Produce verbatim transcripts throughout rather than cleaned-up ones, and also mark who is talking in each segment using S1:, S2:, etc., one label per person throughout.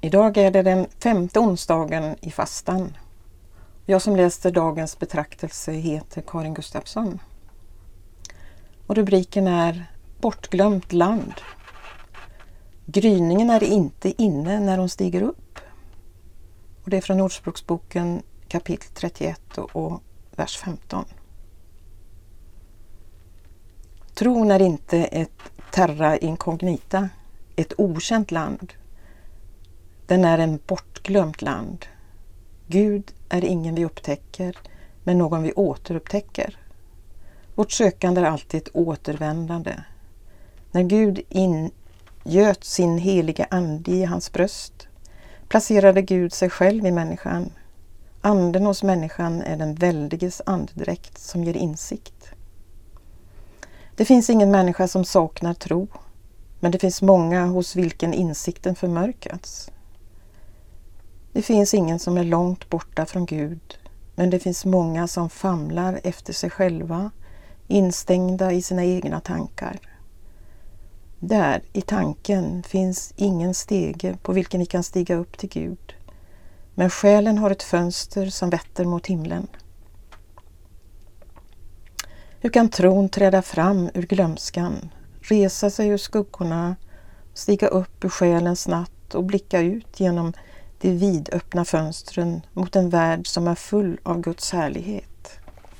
S1: Idag är det den femte onsdagen i fastan. Jag som läste dagens betraktelse heter Karin Gustafsson. Och rubriken är Bortglömt land. Gryningen är inte inne när hon stiger upp. Och det är från Ordspråksboken kapitel trettioett och, och vers femton. Tron är inte ett terra incognita, ett okänt land. Den är en bortglömt land. Gud är ingen vi upptäcker, men någon vi återupptäcker. Vårt sökande är alltid ett återvändande. När Gud ingöt sin heliga ande i hans bröst, placerade Gud sig själv i människan. Anden hos människan är den väldiges andedräkt som ger insikt. Det finns ingen människa som saknar tro, men det finns många hos vilken insikten förmörkats. Det finns ingen som är långt borta från Gud, men det finns många som famlar efter sig själva, instängda i sina egna tankar. Där, i tanken, finns ingen stege på vilken vi kan stiga upp till Gud, men själen har ett fönster som vetter mot himlen. Hur kan tron träda fram ur glömskan, resa sig ur skuggorna, stiga upp ur själens natt och blicka ut genom de vidöppna fönstren mot en värld som är full av Guds härlighet?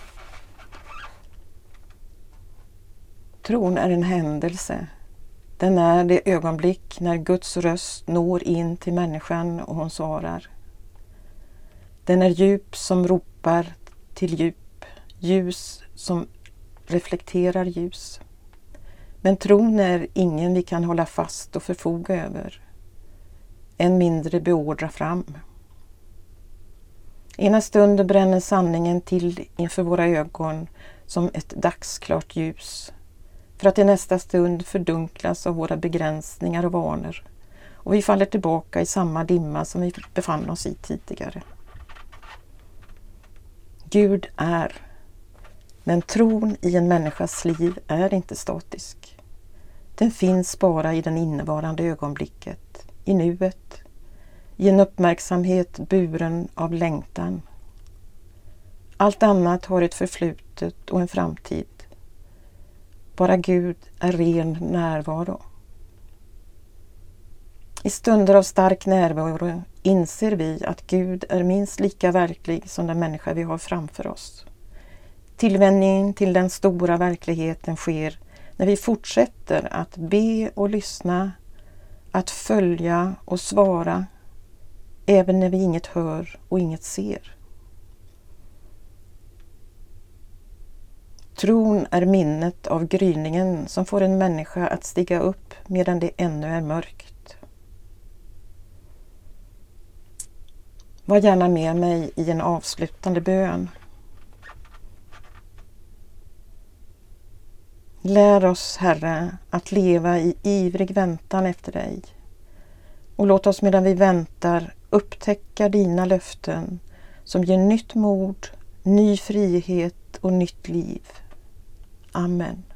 S1: Tron är en händelse. Den är det ögonblick när Guds röst når in till människan och hon svarar. Den är djup som ropar till djup, ljus som reflekterar ljus. Men tron är ingen vi kan hålla fast och förfoga över. Än mindre beordra fram. Ena stunden bränner sanningen till inför våra ögon som ett dagsklart ljus, för att i nästa stund fördunklas av våra begränsningar och vanor, och vi faller tillbaka i samma dimma som vi befann oss i tidigare. Gud är, men tron i en människas liv är inte statisk. Den finns bara i den innevarande ögonblicket, i nuet, i en uppmärksamhet buren av längtan. Allt annat har ett förflutet och en framtid. Bara Gud är ren närvaro. I stunder av stark närvaro inser vi att Gud är minst lika verklig som den människa vi har framför oss. Tillvänjning till den stora verkligheten sker när vi fortsätter att be och lyssna, att följa och svara, även när vi inget hör och inget ser. Tron är minnet av gryningen som får en människa att stiga upp medan det ännu är mörkt. Var gärna med mig i en avslutande bön. Lär oss, Herre, att leva i ivrig väntan efter dig. Och låt oss medan vi väntar upptäcka dina löften som ger nytt mod, ny frihet och nytt liv. Amen.